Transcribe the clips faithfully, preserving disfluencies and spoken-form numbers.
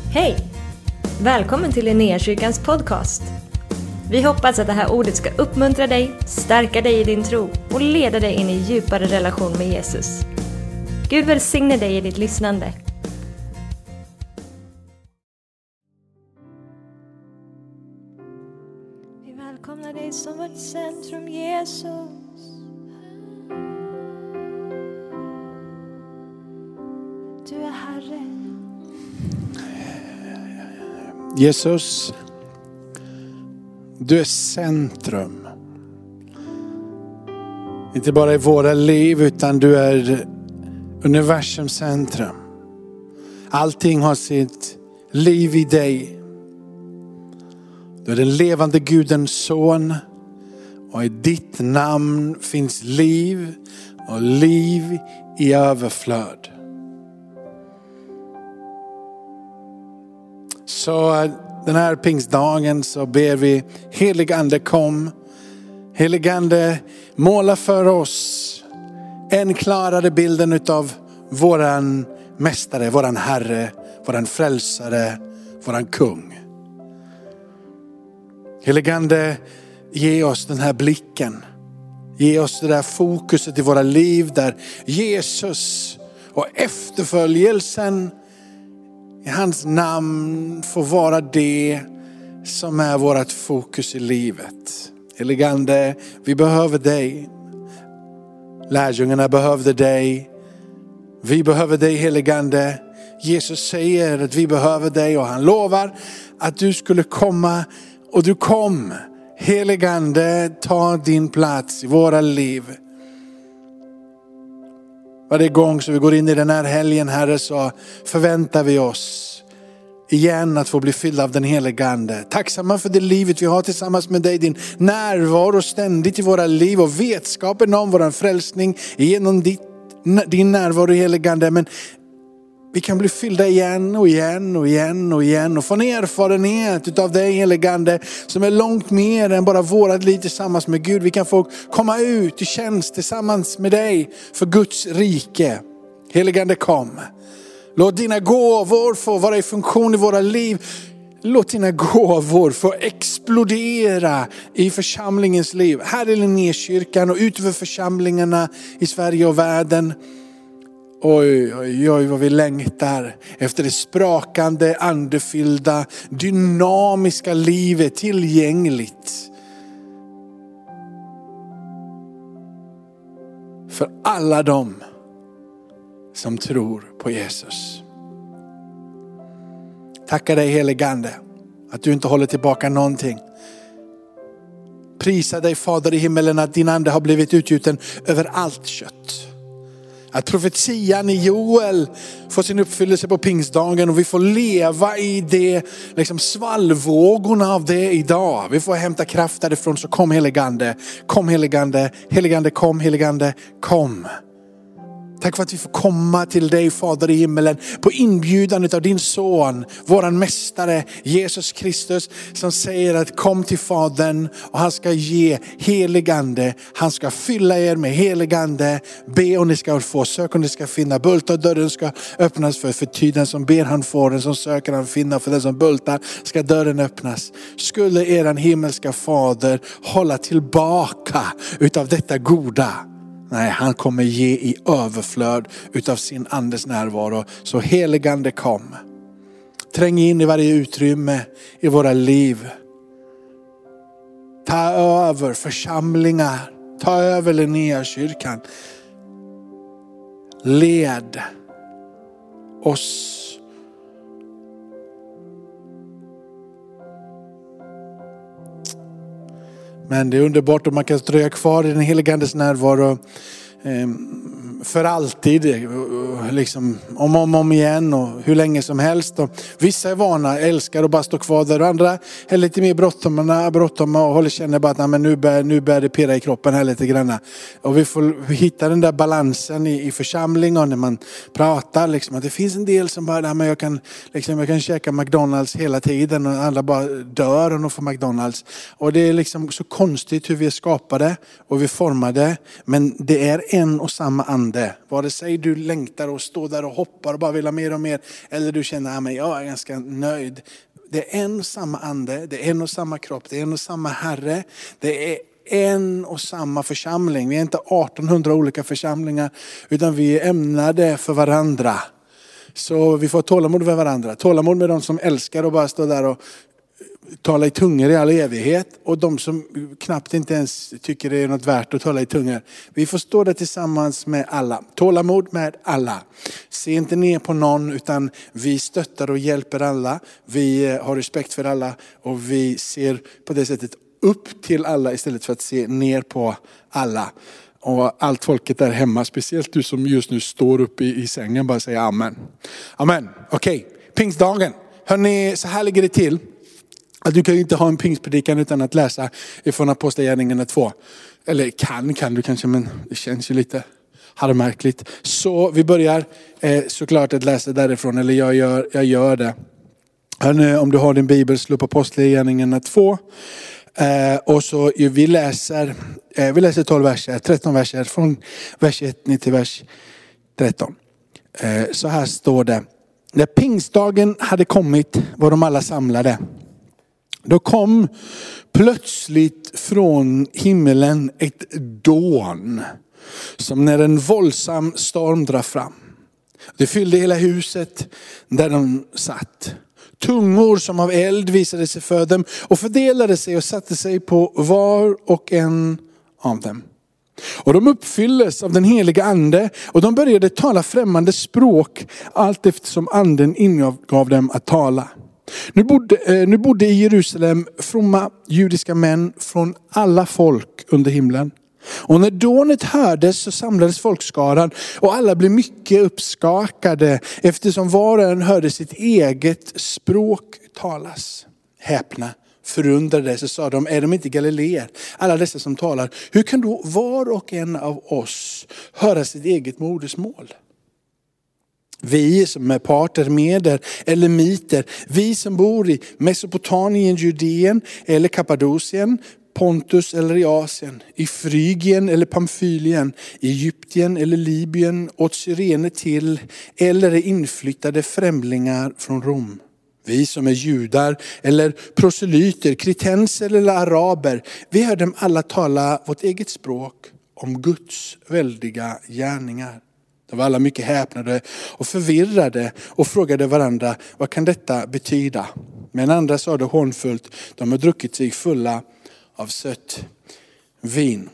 Hej! Välkommen till Linnéakyrkans podcast. Vi hoppas att det här ordet ska uppmuntra dig, stärka dig i din tro och leda dig in i djupare relation med Jesus. Gud välsigne dig i ditt lyssnande. Vi välkomnar dig som vårt centrum, Jesus. Du är Herre. Jesus, du är centrum. Inte bara i våra liv, utan du är universums centrum. Allting har sitt liv i dig. Du är den levande Gudens son. Och i ditt namn finns liv och liv i överflöd. Så den här pingstdagen så ber vi, helig ande kom. Helig ande, måla för oss en klarare bilden utav våran mästare, våran herre, våran frälsare, våran kung. Helig ande, ge oss den här blicken. Ge oss det där fokuset i våra liv där Jesus och efterföljelsen i hans namn får vara det som är vårt fokus i livet. Helige Ande, vi behöver dig. Lärjungarna behövde dig. Vi behöver dig, helige Ande. Jesus säger att vi behöver dig och han lovar att du skulle komma och du kom. Helige Ande, ta din plats i våra liv. Varje gång som vi går in i den här helgen, Herre, så förväntar vi oss igen att få bli fylld av den heliga Ande. Tacksamma för det livet vi har tillsammans med dig. Din närvaro ständigt i våra liv och vetskapen om vår frälsning genom ditt, din närvaro, heliga Ande. Men vi kan bli fyllda igen och igen och igen och igen och få en erfarenhet av dig, heliga Ande, som är långt mer än bara vårat liv tillsammans med Gud. Vi kan få komma ut i tjänst tillsammans med dig för Guds rike. Heliga Ande, kom. Låt dina gåvor få vara i funktion i våra liv. Låt dina gåvor få explodera i församlingens liv. Här i Linnéakyrkan och utöver församlingarna i Sverige och världen. Oj, oj, oj, vad vi längtar efter det sprakande, andefyllda, dynamiska livet tillgängligt för alla dem som tror på Jesus. Tackar dig, helige Ande, att du inte håller tillbaka någonting. Prisa dig, Fader i himmelen, att din ande har blivit utgjuten över allt kött. Att profetian i Joel får sin uppfyllelse på pingstdagen och vi får leva i det, liksom svallvågorna av det idag. Vi får hämta kraft därifrån, så kom helige Ande, kom helige Ande, helige Ande kom, helige Ande kom. Tack för att vi får komma till dig, Fader i himmelen, på inbjudan av din son, våran mästare Jesus Kristus, som säger att kom till Fadern och han ska ge helig Ande. Han ska fylla er med helig Ande. Be och ni ska få, sök och ni ska finna. Bulta och dörren ska öppnas för, för ty den som ber han får, den som söker han finna, för den som bultar ska dörren öppnas. Skulle eran himmelska Fader hålla tillbaka utav detta goda? Nej, han kommer ge i överflöd utav sin andes närvaro. Så helig Ande, kom. Träng in i varje utrymme i våra liv. Ta över församlingar. Ta över Linnéakyrkan. Led oss. Men det är underbart om man kan dröja kvar i den heliga Andes närvaro för alltid, liksom om och om, om igen och hur länge som helst. Och vissa är vana, älskar att bara stå kvar där, och andra är lite mer bråttom, bråttom och håller, känner bara att nej, men nu bär nu bär det pirra i kroppen här lite grann. Och vi får hitta den där balansen i, i församling och när man pratar, liksom, att det finns en del som bara, nej, men jag kan liksom, jag kan käka McDonalds hela tiden och alla bara dör och de får McDonalds. Och det är liksom så konstigt hur vi är skapade och vi formade, men det är en och samma ande ande. Vare sig du längtar och står där och hoppar och bara vill ha mer och mer. Eller du känner att jag är ganska nöjd. Det är en och samma ande, det är en och samma kropp, det är en och samma Herre. Det är en och samma församling. Vi är inte artonhundra olika församlingar, utan vi är ämnade för varandra. Så vi får tålamod med varandra. Tålamod med de som älskar och bara står där och tala i tungor i all evighet. Och de som knappt inte ens tycker det är något värt att tala i tungor. Vi får stå där tillsammans med alla. Tålamod med alla. Se inte ner på någon, utan vi stöttar och hjälper alla. Vi har respekt för alla och vi ser på det sättet upp till alla istället för att se ner på alla. Och allt folket där hemma, speciellt du som just nu står uppe i, i sängen, bara säger amen. Amen. Okej, okay. Pingstdagen. Hörrni, så här ligger det till. Att du kan ju inte ha en pingstpredikan utan att läsa ifrån Apostlagärningarna två. Eller kan, kan du kanske, men det känns ju lite halvmärkligt. Så vi börjar eh, såklart att läsa därifrån, eller jag gör, jag gör det. Hörrni, om du har din bibel, slå på Apostlagärningarna två. Eh, och så vi läser, eh, vi läser tolv verser, tretton verser från vers ett ner till vers tretton. Eh, så här står det. När pingstdagen hade kommit var de alla samlade. Då kom plötsligt från himmelen ett dån, som när en våldsam storm drar fram. Det fyllde hela huset där de satt. Tungor som av eld visade sig för dem och fördelade sig och satte sig på var och en av dem. Och de uppfylldes av den heliga ande och de började tala främmande språk allt eftersom anden ingav dem att tala. Nu bodde, eh, nu bodde i Jerusalem fromma judiska män från alla folk under himlen. Och när dånet hördes så samlades folkskaran och alla blev mycket uppskakade eftersom var och en hörde sitt eget språk talas. Häpna, förundrade, så sa de, är de inte galileer? Alla dessa som talar, hur kan då var och en av oss höra sitt eget modersmål? Vi som är parter, meder eller miter, vi som bor i Mesopotamien, Judeen eller Kappadokien, Pontus eller i Asien, i Frygien eller Pamfylien, i Egypten eller Libyen, åt Cyrene till eller är inflyttade främlingar från Rom. Vi som är judar eller proselyter, kritenser eller araber, vi hör dem alla tala vårt eget språk om Guds väldiga gärningar. De var alla mycket häpnade och förvirrade och frågade varandra, vad kan detta betyda? Men andra sa det hånfullt, de har druckit sig fulla av sött vin.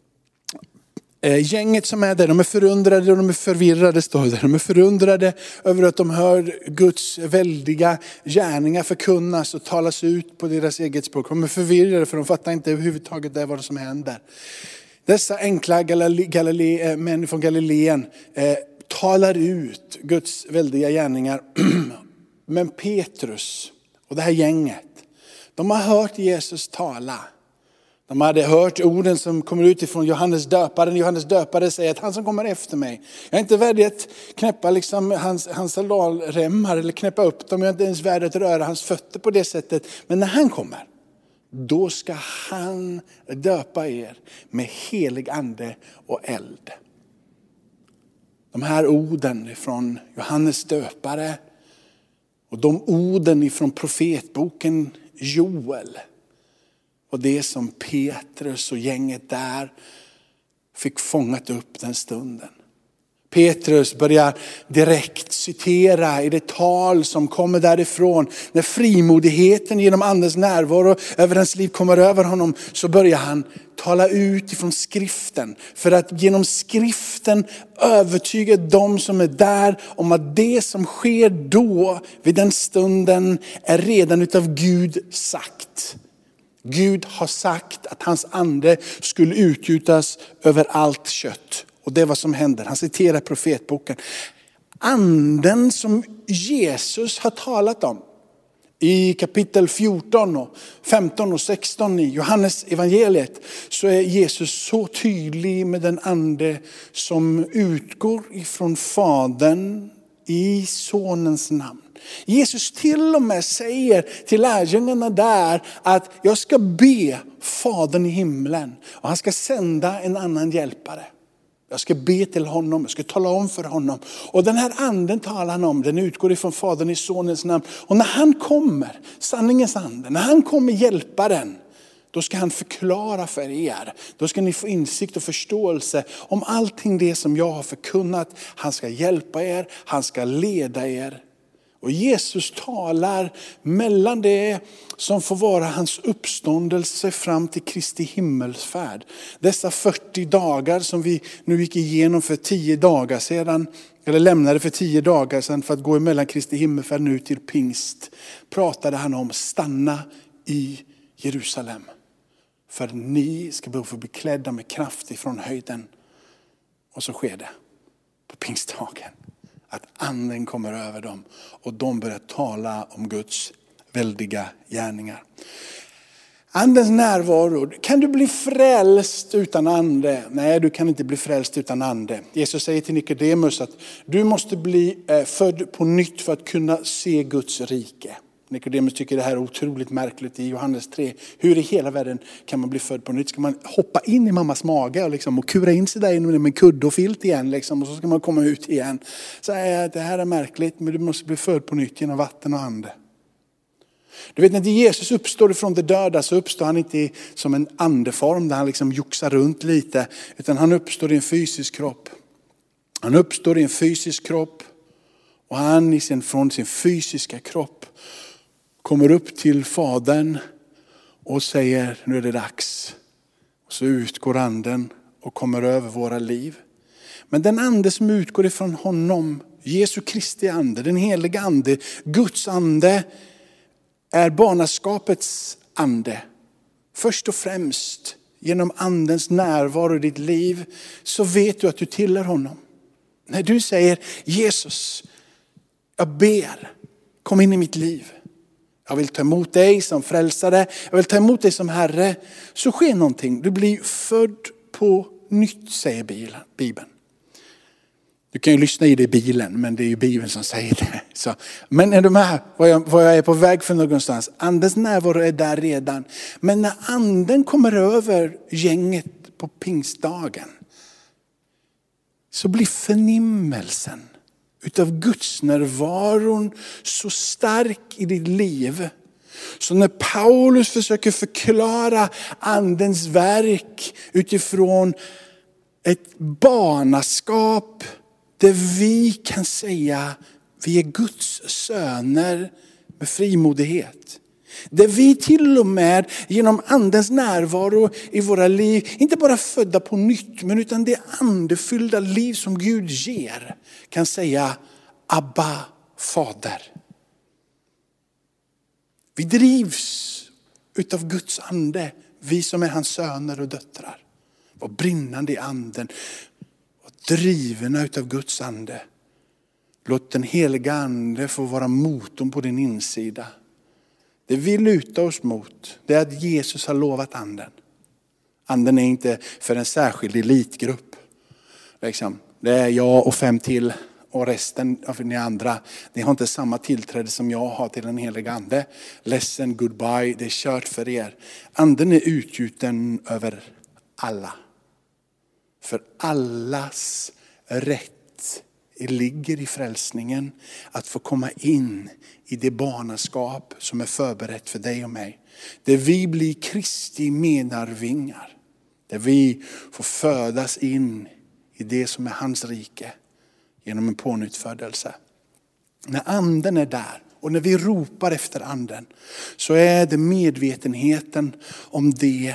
Gänget som är där, de är förundrade och de är förvirrade, står det. De är förundrade över att de hör Guds väldiga gärningar förkunnas och talas ut på deras eget språk. De är förvirrade för de fattar inte överhuvudtaget det vad som händer. Dessa enkla Galile- Galile- män från Galileen eh, talar ut Guds väldiga gärningar. Men Petrus och det här gänget, de har hört Jesus tala. De hade hört orden som kommer ut ifrån Johannes döparen. Johannes döpare säger att han som kommer efter mig. Jag är inte värd att knäppa liksom hans, hans sandalremmar eller knäppa upp dem. Jag är inte ens värd att röra hans fötter på det sättet. Men när han kommer, då ska han döpa er med helig ande och eld. De här orden från Johannes döpare och de orden ifrån profetboken Joel. Och det som Petrus och gänget där fick fångat upp den stunden. Petrus börjar direkt citera i det tal som kommer därifrån. När frimodigheten genom andens närvaro över hans liv kommer över honom, så börjar han tala ut ifrån skriften. För att genom skriften övertyga de som är där om att det som sker då vid den stunden är redan utav Gud sagt. Gud har sagt att hans ande skulle utgjutas över allt kött. Och det är vad som händer. Han citerar profetboken. Anden som Jesus har talat om i kapitel fjorton och femton och sexton i Johannes evangeliet, så är Jesus så tydlig med den ande som utgår ifrån Fadern i sonens namn. Jesus till och med säger till lärjungarna där att jag ska be Fadern i himlen och han ska sända en annan hjälpare. Jag ska be till honom, jag ska tala om för honom. Och den här anden talar han om, den utgår ifrån Fadern i Sonens namn. Och när han kommer, sanningens ande, när han kommer hjälpa den, då ska han förklara för er. Då ska ni få insikt och förståelse om allting det som jag har förkunnat. Han ska hjälpa er, han ska leda er. Och Jesus talar mellan det som får vara hans uppståndelse fram till Kristi himmelsfärd. Dessa fyrtio dagar som vi nu gick igenom för tio dagar sedan. Eller lämnade för tio dagar sedan för att gå emellan Kristi himmelsfärd nu till pingst. Pratade han om stanna i Jerusalem. För ni ska få bli klädda med kraft ifrån höjden. Och så sker det på pingstdagen. Att anden kommer över dem och de börjar tala om Guds väldiga gärningar. Andens närvaro. Kan du bli frälst utan ande? Nej, du kan inte bli frälst utan ande. Jesus säger till Nikodemus att du måste bli född på nytt för att kunna se Guds rike. Nikodemus tycker det här är otroligt märkligt i Johannes tre. Hur i hela världen kan man bli född på nytt? Ska man hoppa in i mammas mage och, liksom, och kura in sig där inne med kudd och filt igen? Liksom, och så ska man komma ut igen. Så är det här är märkligt, men du måste bli född på nytt genom vatten och ande. Du vet, när Jesus uppstår ifrån de döda så uppstår han inte som en andeform där han liksom joxar runt lite. Utan han uppstår i en fysisk kropp. Han uppstår i en fysisk kropp. Och han i sin, från sin fysiska kropp kommer upp till Fadern och säger nu är det dags. Och så utgår anden och kommer över våra liv. Men den ande som utgår ifrån honom, Jesu Kristi ande, den heliga ande, Guds ande är barnaskapets ande. Först och främst genom andens närvaro i ditt liv så vet du att du tillhör honom. När du säger Jesus, jag ber, kom in i mitt liv. Jag vill ta emot dig som frälsare. Jag vill ta emot dig som Herre. Så sker någonting. Du blir född på nytt, säger Bibeln. Du kan ju lyssna i det i bilen, men det är ju Bibeln som säger det. Så, men är du med vad jag, vad jag är på väg för någonstans? Andens närvaro är där redan. Men när anden kommer över gänget på pingstdagen så blir förnimmelsen utav Guds närvaron så stark i ditt liv. Så när Paulus försöker förklara andens verk utifrån ett barnaskap där vi kan säga vi är Guds söner med frimodighet. Där vi till och med genom andens närvaro i våra liv, inte bara födda på nytt, men utan det andefyllda liv som Gud ger, kan säga Abba, Fader. Vi drivs utav Guds ande, vi som är hans söner och döttrar. Var brinnande i anden och drivna utav Guds ande. Låt den heliga ande få vara motorn på din insida. Det vi lutar oss mot, det är att Jesus har lovat anden. Anden är inte för en särskild elitgrupp. Liksom, det är jag och fem till och resten av ni andra. Ni har inte samma tillträde som jag har till den heliga ande. Ledsen, goodbye, det är kört för er. Anden är utgjuten över alla. För allas rätt ligger i frälsningen att få komma in i det barnaskap som är förberett för dig och mig. Där vi blir Kristi medarvingar. Där vi får födas in i det som är hans rike genom en pånyttfödelse. När anden är där och när vi ropar efter anden så är det medvetenheten om det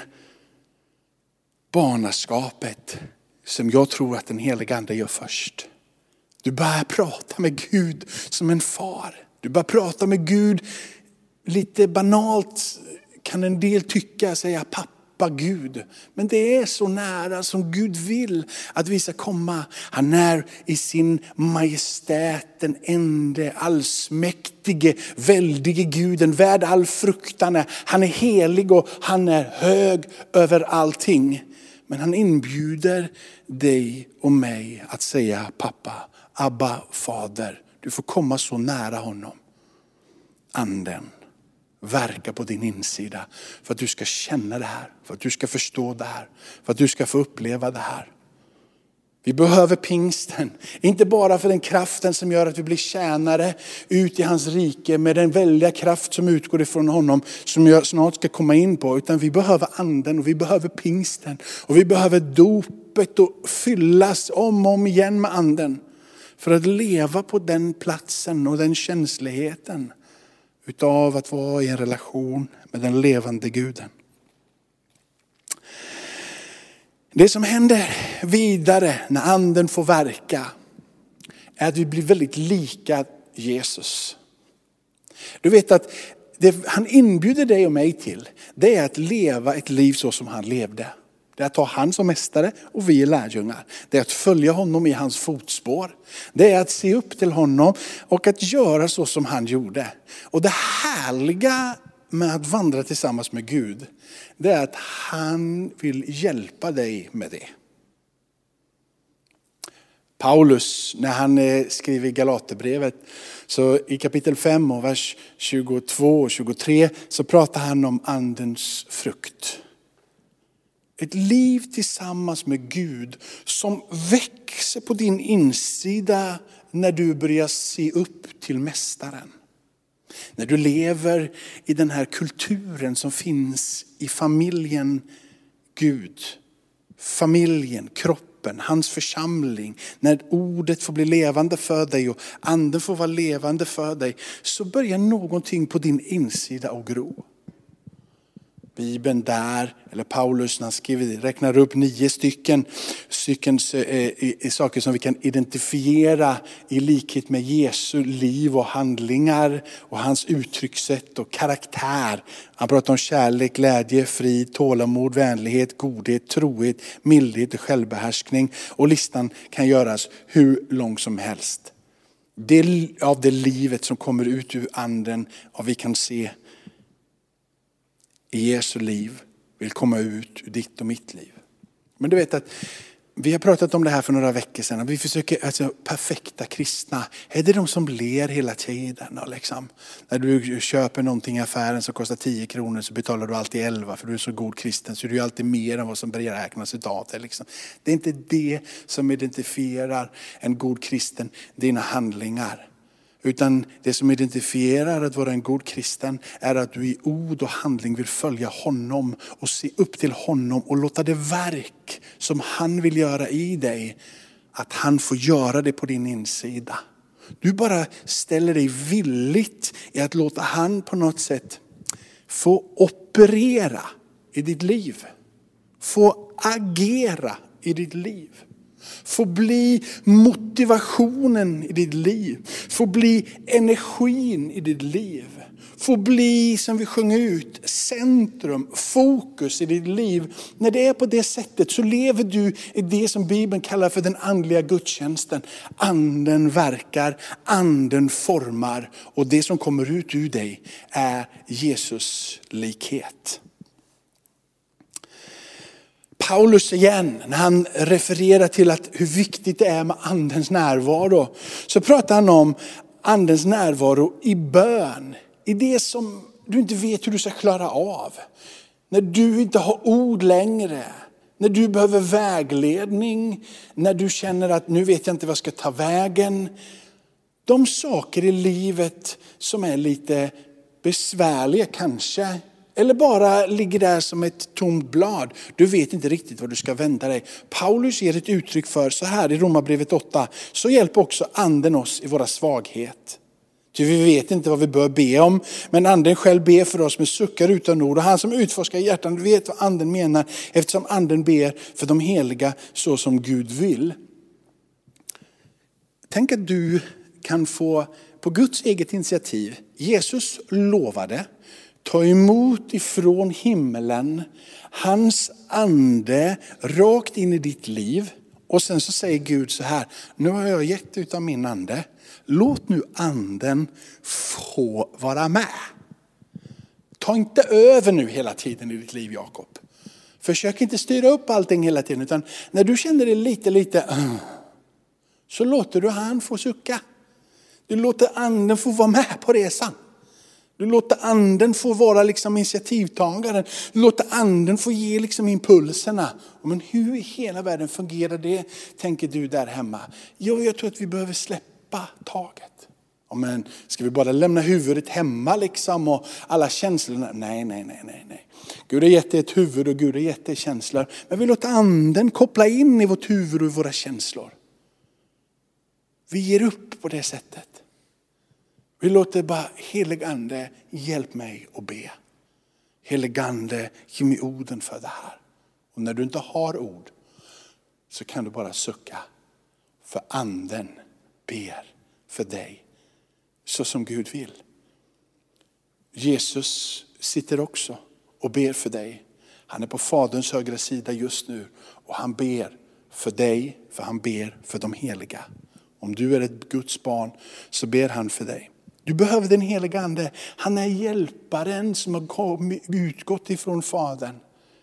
barnaskapet som jag tror att den heliga ande gör först. Du börjar prata med Gud som en far. Du börjar prata med Gud lite banalt, kan en del tycka, säga pappa Gud. Men det är så nära som Gud vill att vi ska komma. Han är i sin majestät, den ende, allsmäktige, väldige Guden, värd all fruktan. Han är helig och han är hög över allting. Men han inbjuder dig och mig att säga pappa, Abba, Fader. Du får komma så nära honom. Anden verka på din insida för att du ska känna det här. För att du ska förstå det här. För att du ska få uppleva det här. Vi behöver pingsten. Inte bara för den kraften som gör att vi blir tjänare ut i hans rike med den väldiga kraft som utgår ifrån honom som jag snart ska komma in på. Utan vi behöver anden och vi behöver pingsten. Och vi behöver dopet och fyllas om och om igen med anden. För att leva på den platsen och den känsligheten utav att vara i en relation med den levande Guden. Det som händer vidare när anden får verka är att vi blir väldigt lika Jesus. Du vet att det han inbjuder dig och mig till, det är att leva ett liv så som han levde. Det är att ta han som mästare och vi är lärjungar. Det är att följa honom i hans fotspår. Det är att se upp till honom och att göra så som han gjorde. Och det härliga med att vandra tillsammans med Gud, det är att han vill hjälpa dig med det. Paulus, när han skriver Galaterbrevet, så i kapitel fem och vers tjugotvå och tjugotre så pratar han om andens frukt. Ett liv tillsammans med Gud som växer på din insida när du börjar se upp till mästaren. När du lever i den här kulturen som finns i familjen Gud. Familjen, kroppen, hans församling. När ordet får bli levande för dig och anden får vara levande för dig. Så börjar någonting på din insida att gro. Bibeln där, eller Paulus när han skriver, räknar upp nio stycken, stycken eh, saker som vi kan identifiera i likhet med Jesu liv och handlingar och hans uttryckssätt och karaktär. Han pratar om kärlek, glädje, frid, tålamod, vänlighet, godhet, trohet, mildhet och självbehärskning. Och listan kan göras hur lång som helst. Det av det livet som kommer ut ur anden och vi kan se i Jesu liv vill komma ut ur ditt och mitt liv. Men du vet att vi har pratat om det här för några veckor sedan. Vi försöker, alltså perfekta kristna. Är det de som ler hela tiden? Liksom? När du köper någonting i affären som kostar tio kronor så betalar du alltid elva för du är så god kristen. Så du är alltid mer än vad som beräknas utav det. Liksom. Det är inte det som identifierar en god kristen, dina handlingar. Utan det som identifierar att vara en god kristen är att du i ord och handling vill följa honom och se upp till honom och låta det verk som han vill göra i dig, att han får göra det på din insida. Du bara ställer dig villigt i att låta han på något sätt få operera i ditt liv. Få agera i ditt liv. Få bli motivationen i ditt liv. Få bli energin i ditt liv. Få bli, som vi sjöng ut, centrum, fokus i ditt liv. När det är på det sättet så lever du i det som Bibeln kallar för den andliga gudstjänsten. Anden verkar, anden formar och det som kommer ut ur dig är Jesus likhet. Paulus igen, när han refererar till att hur viktigt det är med andens närvaro, så pratar han om andens närvaro i bön. I det som du inte vet hur du ska klara av. När du inte har ord längre. När du behöver vägledning. När du känner att nu vet jag inte vad jag ska ta vägen. De saker i livet som är lite besvärliga kanske. Eller bara ligger där som ett tomt blad. Du vet inte riktigt vad du ska vända dig. Paulus ger ett uttryck för så här i Romarbrevet åtta. Så hjälper också anden oss i våra svaghet. Ty vi vet inte vad vi bör be om. Men anden själv ber för oss med suckar utan ord. Och han som utforskar hjärtan vet vad anden menar. Eftersom anden ber för de heliga så som Gud vill. Tänk att du kan få på Guds eget initiativ. Jesus lovade. Ta emot ifrån himmelen hans ande rakt in i ditt liv. Och sen så säger Gud så här. Nu har jag gett ut av min ande. Låt nu anden få vara med. Ta inte över nu hela tiden i ditt liv, Jakob. Försök inte styra upp allting hela tiden. Utan när du känner det lite, lite. Så låter du han få sucka. Du låter anden få vara med på resan. Du låter anden få vara liksom initiativtagaren. Du låter anden få ge liksom impulserna. Men hur i hela världen fungerar det, tänker du där hemma? Jo, jag tror att vi behöver släppa taget. Men ska vi bara lämna huvudet hemma liksom och alla känslorna? Nej, nej, nej, nej, nej. Gud har gett dig ett huvud och Gud har gett dig känslor. Men vi låter anden koppla in i vårt huvud och i våra känslor. Vi ger upp på det sättet. Vi låter bara helig ande, hjälp mig att be. Helig ande, ge mig orden för det här. Och när du inte har ord så kan du bara sucka. För anden ber för dig. Så som Gud vill. Jesus sitter också och ber för dig. Han är på Faderns högra sida just nu. Och han ber för dig, för han ber för de heliga. Om du är ett Guds barn så ber han för dig. Du behöver den heliga ande. Han är hjälparen som har utgått ifrån Fadern.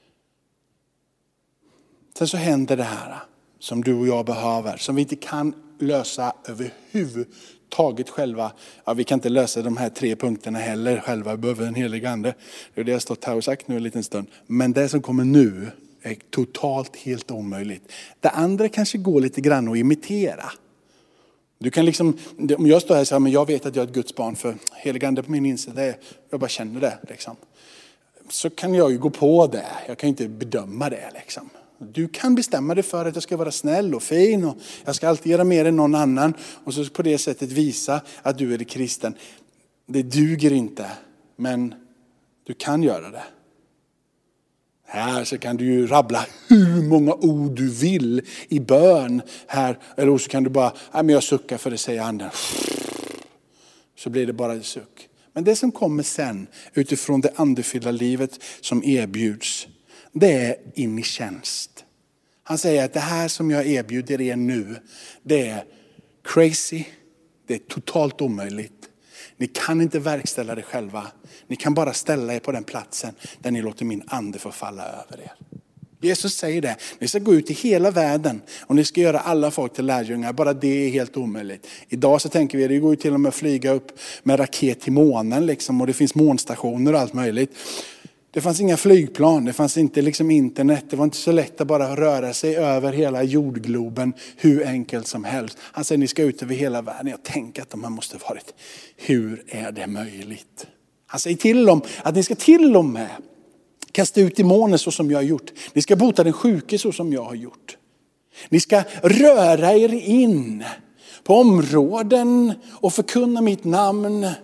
Sen så händer det här som du och jag behöver. Som vi inte kan lösa överhuvudtaget själva. Ja, vi kan inte lösa de här tre punkterna heller själva. Vi behöver en helig ande. Det är det jag har stått här och sagt nu en liten stund. Men det som kommer nu är totalt helt omöjligt. Det andra kanske går lite grann att imitera. Du kan liksom, om jag står här och säger men jag vet att jag är ett Guds barn för helig ande på min insida, det, jag bara känner det liksom. Så kan jag ju gå på det. Jag kan inte bedöma det liksom. Du kan bestämma dig för att jag ska vara snäll och fin och jag ska alltid göra mer än någon annan. Och så på det sättet visa att du är kristen. Det duger inte, men du kan göra det. Här så kan du ju rabbla hur många ord du vill i bön här. Eller så kan du bara, nej men jag suckar för det säger anden. Så blir det bara en suck. Men det som kommer sen utifrån det andefyllda livet som erbjuds, det är in i tjänst. Han säger att det här som jag erbjuder er nu, det är crazy. Det är totalt omöjligt. Ni kan inte verkställa det själva. Ni kan bara ställa er på den platsen där ni låter min ande få falla över er. Jesus säger det. Ni ska gå ut i hela världen och ni ska göra alla folk till lärjungar. Bara det är helt omöjligt. Idag så tänker vi att det går ju till och med att flyga upp med raket till månen liksom, och det finns månstationer och allt möjligt. Det fanns inga flygplan, det fanns inte liksom internet. Det var inte så lätt att bara röra sig över hela jordgloben hur enkelt som helst. Han säger ni ska ut över hela världen. Jag tänker att de här måste varit, hur är det möjligt? Han säger till dem att ni ska till och med kasta ut demoner så som jag har gjort. Ni ska bota den sjuke så som jag har gjort. Ni ska röra er in på områden och förkunna mitt namn. Ni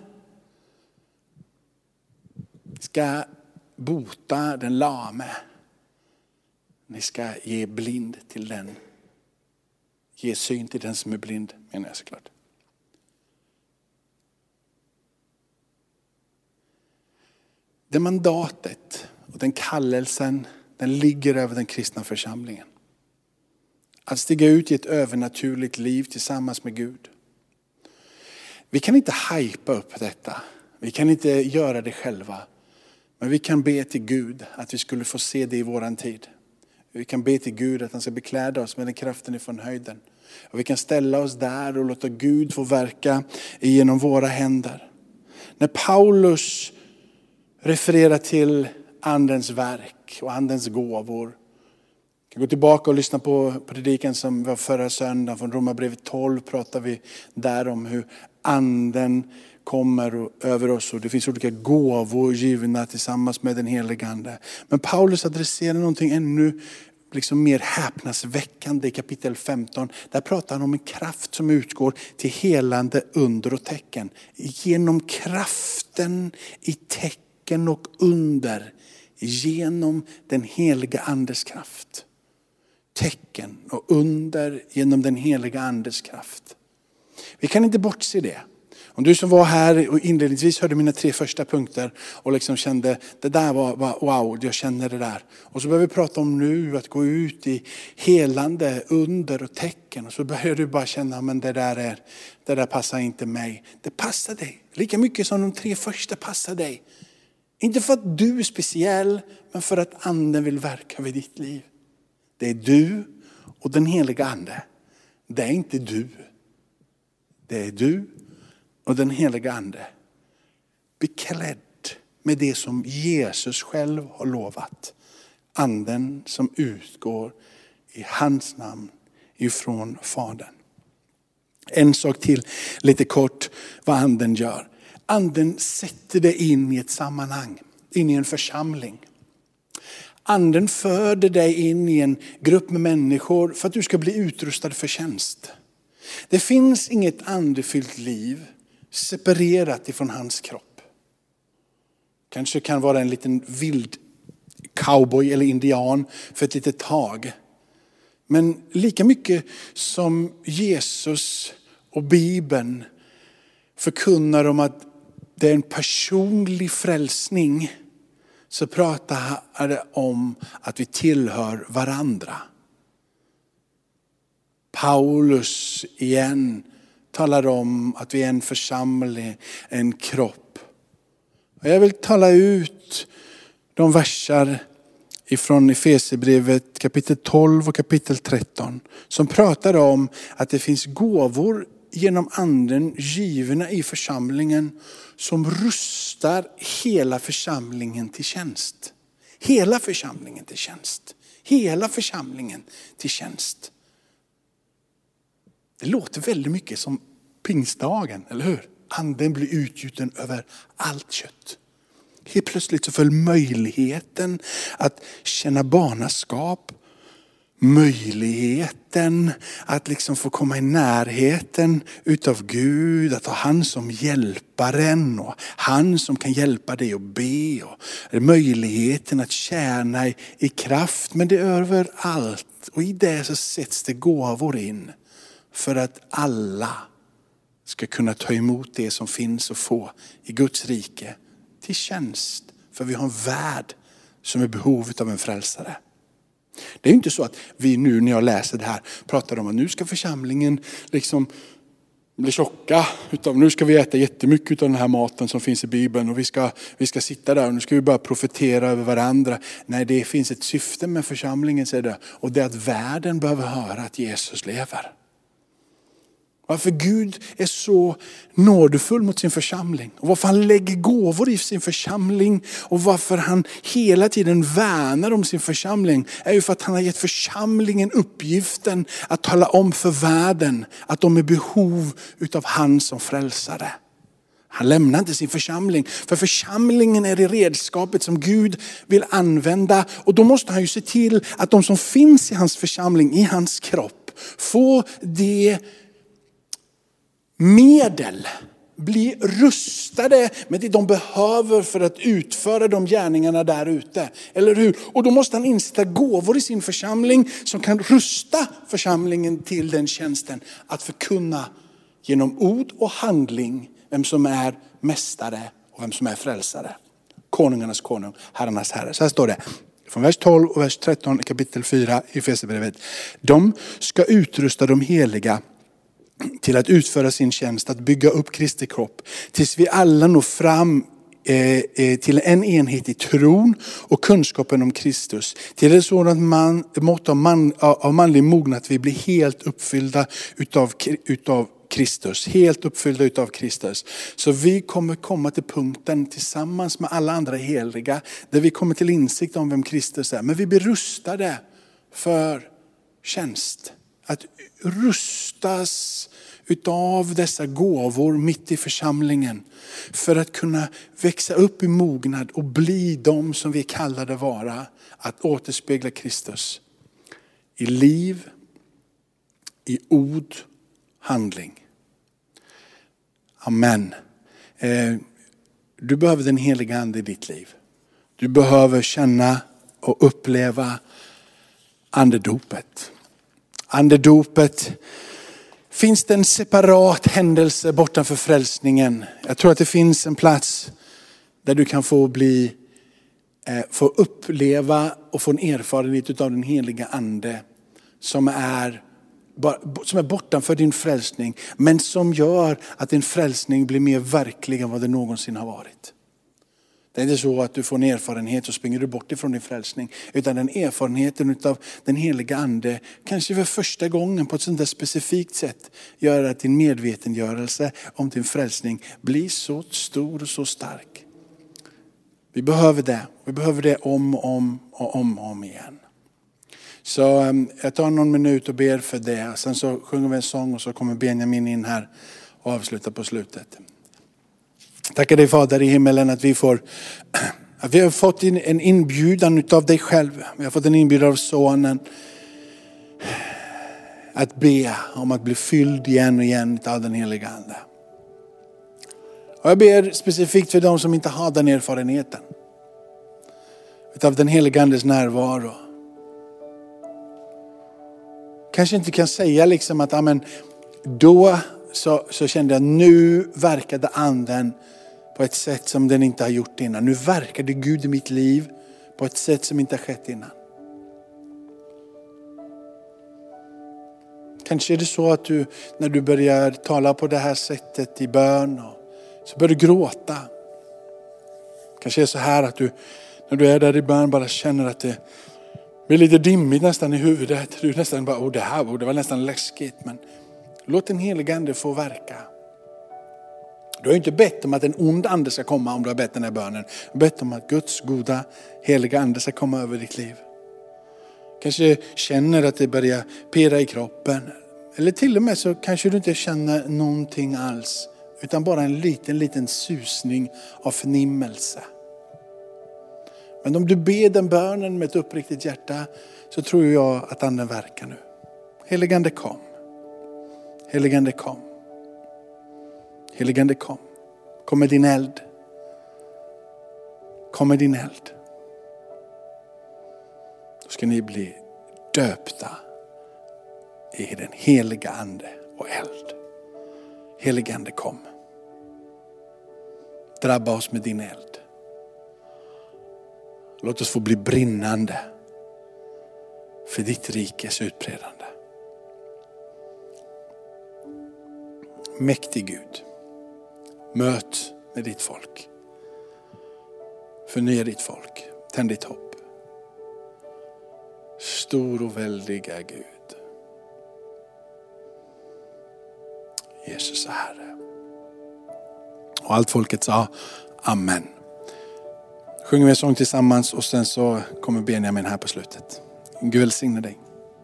ska bota den lame. Ni ska ge blind till den. Ge syn till den som är blind, menar jag såklart. Det mandatet och den kallelsen, den ligger över den kristna församlingen. Att stiga ut i ett övernaturligt liv tillsammans med Gud. Vi kan inte hypa upp detta. Vi kan inte göra det själva. Men vi kan be till Gud att vi skulle få se det i våran tid. Vi kan be till Gud att han ska bekläda oss med den kraften ifrån höjden. Och vi kan ställa oss där och låta Gud få verka genom våra händer. När Paulus refererar till andens verk och andens gåvor. Vi kan gå tillbaka och lyssna på predikan som var förra söndagen från Romarbrevet tolv. Pratar vi där om hur anden kommer över oss och det finns olika gåvor givna tillsammans med den helige ande. Men Paulus adresserar någonting ännu liksom mer häpnadsväckande i kapitel femton. Där pratar han om en kraft som utgår till helande under och tecken. Genom kraften i tecken och under. Genom den heliga andes kraft. Tecken och under genom den heliga andes kraft. Vi kan inte bortse det. Om du som var här och inledningsvis hörde mina tre första punkter och liksom kände det där var, var wow, jag känner det där. Och så börjar vi prata om nu att gå ut i helande under och tecken. Och så börjar du bara känna men det där, är, det där passar inte mig. Det passar dig. Lika mycket som de tre första passar dig. Inte för att du är speciell men för att anden vill verka vid ditt liv. Det är du och den heliga ande. Det är inte du. Det är du och den heliga ande. beklädd med det som Jesus själv har lovat. Anden som utgår i hans namn ifrån Fadern. En sak till, lite kort, vad anden gör. Anden sätter dig in i ett sammanhang, in i en församling. Anden föder dig in i en grupp med människor för att du ska bli utrustad för tjänst. Det finns inget andefyllt liv separerat ifrån hans kropp. Kanske kan vara en liten vild cowboy eller indian för ett litet tag. Men lika mycket som Jesus och Bibeln förkunnar om att det är en personlig frälsning, så pratar det om att vi tillhör varandra. Paulus igen talar om att vi är en församling, en kropp. Och jag vill tala ut de versar ifrån Efesierbrevet kapitel tolv och kapitel tretton som pratar om att det finns gåvor genom anden givna i församlingen som rustar hela församlingen till tjänst. Hela församlingen till tjänst. Hela församlingen till tjänst. Det låter väldigt mycket som pingstdagen, eller hur? Anden blir utgjuten över allt kött. Helt plötsligt så föll möjligheten att känna barnaskap. Möjligheten att liksom få komma i närheten utav Gud. Att ha han som hjälparen och han som kan hjälpa dig att be. Och möjligheten att tjäna i, i kraft. Men det är överallt. Och i det så sätts det gåvor in. För att alla ska kunna ta emot det som finns och få i Guds rike. Till tjänst. För vi har en värld som är behovet av en frälsare. Det är inte så att vi nu när jag läser det här pratar om att nu ska församlingen liksom bli tjocka. Utan nu ska vi äta jättemycket av den här maten som finns i Bibeln. Och vi ska, vi ska sitta där och nu ska vi bara profetera över varandra. Nej, det finns ett syfte med församlingen, säger det. Och det är att världen behöver höra att Jesus lever. Varför Gud är så nådefull mot sin församling. Och varför han lägger gåvor i sin församling. Och varför han hela tiden värnar om sin församling. Är ju för att han har gett församlingen uppgiften att tala om för världen. Att de är behov utav han som frälsare. Han lämnar inte sin församling. För församlingen är det redskapet som Gud vill använda. Och då måste han ju se till att de som finns i hans församling, i hans kropp. Får det medel, bli rustade med det de behöver för att utföra de gärningarna där ute. Eller hur? Och då måste han insätta gåvor i sin församling som kan rusta församlingen till den tjänsten. Att förkunna genom ord och handling vem som är mästare och vem som är frälsare. Konungarnas konung, herrarnas herre. Så här står det. Från vers tolv och vers tretton kapitel fyra i Efesierbrevet. De ska utrusta de heliga till att utföra sin tjänst, att bygga upp Kristi kropp. Tills vi alla når fram eh, till en enhet i tron och kunskapen om Kristus. Till ett sådant man, mått av, man, av manlig mognad att vi blir helt uppfyllda utav, utav Kristus. Helt uppfyllda utav Kristus. Så vi kommer komma till punkten tillsammans med alla andra heliga. Där vi kommer till insikt om vem Kristus är. Men vi blir rustade för tjänst. Att rustas utav dessa gåvor mitt i församlingen. För att kunna växa upp i mognad och bli de som vi kallade vara. Att återspegla Kristus. I liv, i ord, handling. Amen. Du behöver den heliga ande i ditt liv. Du behöver känna och uppleva andedopet. Andedopet. Finns det en separat händelse bortanför frälsningen? Jag tror att det finns en plats där du kan få bli, få uppleva och få en erfarenhet av den heliga ande som är, som är bortanför din frälsning. Men som gör att din frälsning blir mer verklig än vad det någonsin har varit. Det är inte så att du får en erfarenhet och springer du bort ifrån din frälsning. Utan den erfarenheten av den heliga ande, kanske för första gången på ett sånt där specifikt sätt, gör att din medvetengörelse om din frälsning blir så stor och så stark. Vi behöver det. Vi behöver det om och om och om, om igen. Så um, jag tar någon minut och ber för det. Sen så sjunger vi en sång och så kommer Benjamin in här och avslutar på slutet. Tackar dig Fader i himmelen att vi får att vi har fått en inbjudan av dig själv. Vi har fått en inbjudan av sonen att be om att bli fylld igen och igen av den heliga ande. Och jag ber specifikt för de som inte har den erfarenheten utav den heliga andes närvaro. Kanske inte kan säga liksom att amen, då så, så kände jag nu verkade anden på ett sätt som den inte har gjort innan. Nu verkade Gud i mitt liv på ett sätt som inte har skett innan. Kanske är det så att du när du börjar tala på det här sättet i bön och så börjar du gråta. Kanske är det så här att du när du är där i bön bara känner att det blir lite dimmigt nästan i huvudet. Du nästan bara, åh det här det var nästan läskigt. Men låt den heliga ande få verka. Du har ju inte bett om att en ond ande ska komma om du har bett den här bönen. Du har bett om att Guds goda heliga ande ska komma över ditt liv. Kanske känner att det börjar pirra i kroppen. Eller till och med så kanske du inte känner någonting alls. Utan bara en liten, liten susning av förnimmelse. Men om du ber den bönen med ett uppriktigt hjärta så tror jag att anden verkar nu. Heligande kom. Heligande kom. Heligande kom. Kom med din eld. Kom med din eld. Då ska ni bli döpta i den heliga ande och eld. Heligande kom. Drabba oss med din eld. Låt oss få bli brinnande för ditt rikes utbredande. Mäktig Gud, möt med ditt folk. Förnya ditt folk, tänd ditt hopp. Stor och väldiga Gud. Jesus är Herre. Och allt folket sa amen. Sjunger vi en sång tillsammans och sen så kommer Benjamin här på slutet. Gud välsigne dig.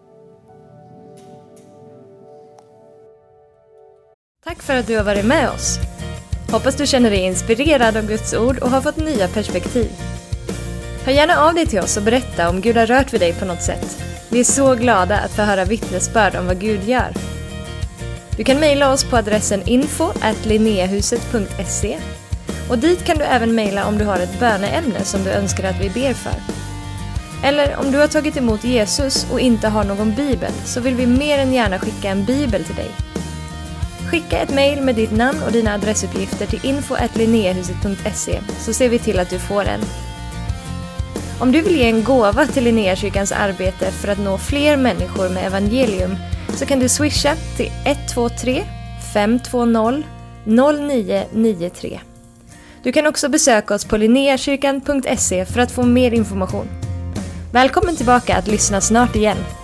Tack för att du har varit med oss. Hoppas du känner dig inspirerad av Guds ord och har fått nya perspektiv. Hör gärna av dig till oss och berätta om Gud har rört vid dig på något sätt. Vi är så glada att få höra vittnesbörd om vad Gud gör. Du kan mejla oss på adressen info at linneahuset punkt se. Och dit kan du även mejla om du har ett böneämne som du önskar att vi ber för. Eller om du har tagit emot Jesus och inte har någon bibel så vill vi mer än gärna skicka en bibel till dig. Skicka ett mejl med ditt namn och dina adressuppgifter till info at linneahuset punkt se så ser vi till att du får en. Om du vill ge en gåva till Linneakyrkans arbete för att nå fler människor med evangelium så kan du swisha till ett två tre fem två noll noll nio nio tre. Du kan också besöka oss på linneakyrkan punkt se för att få mer information. Välkommen tillbaka att lyssna snart igen.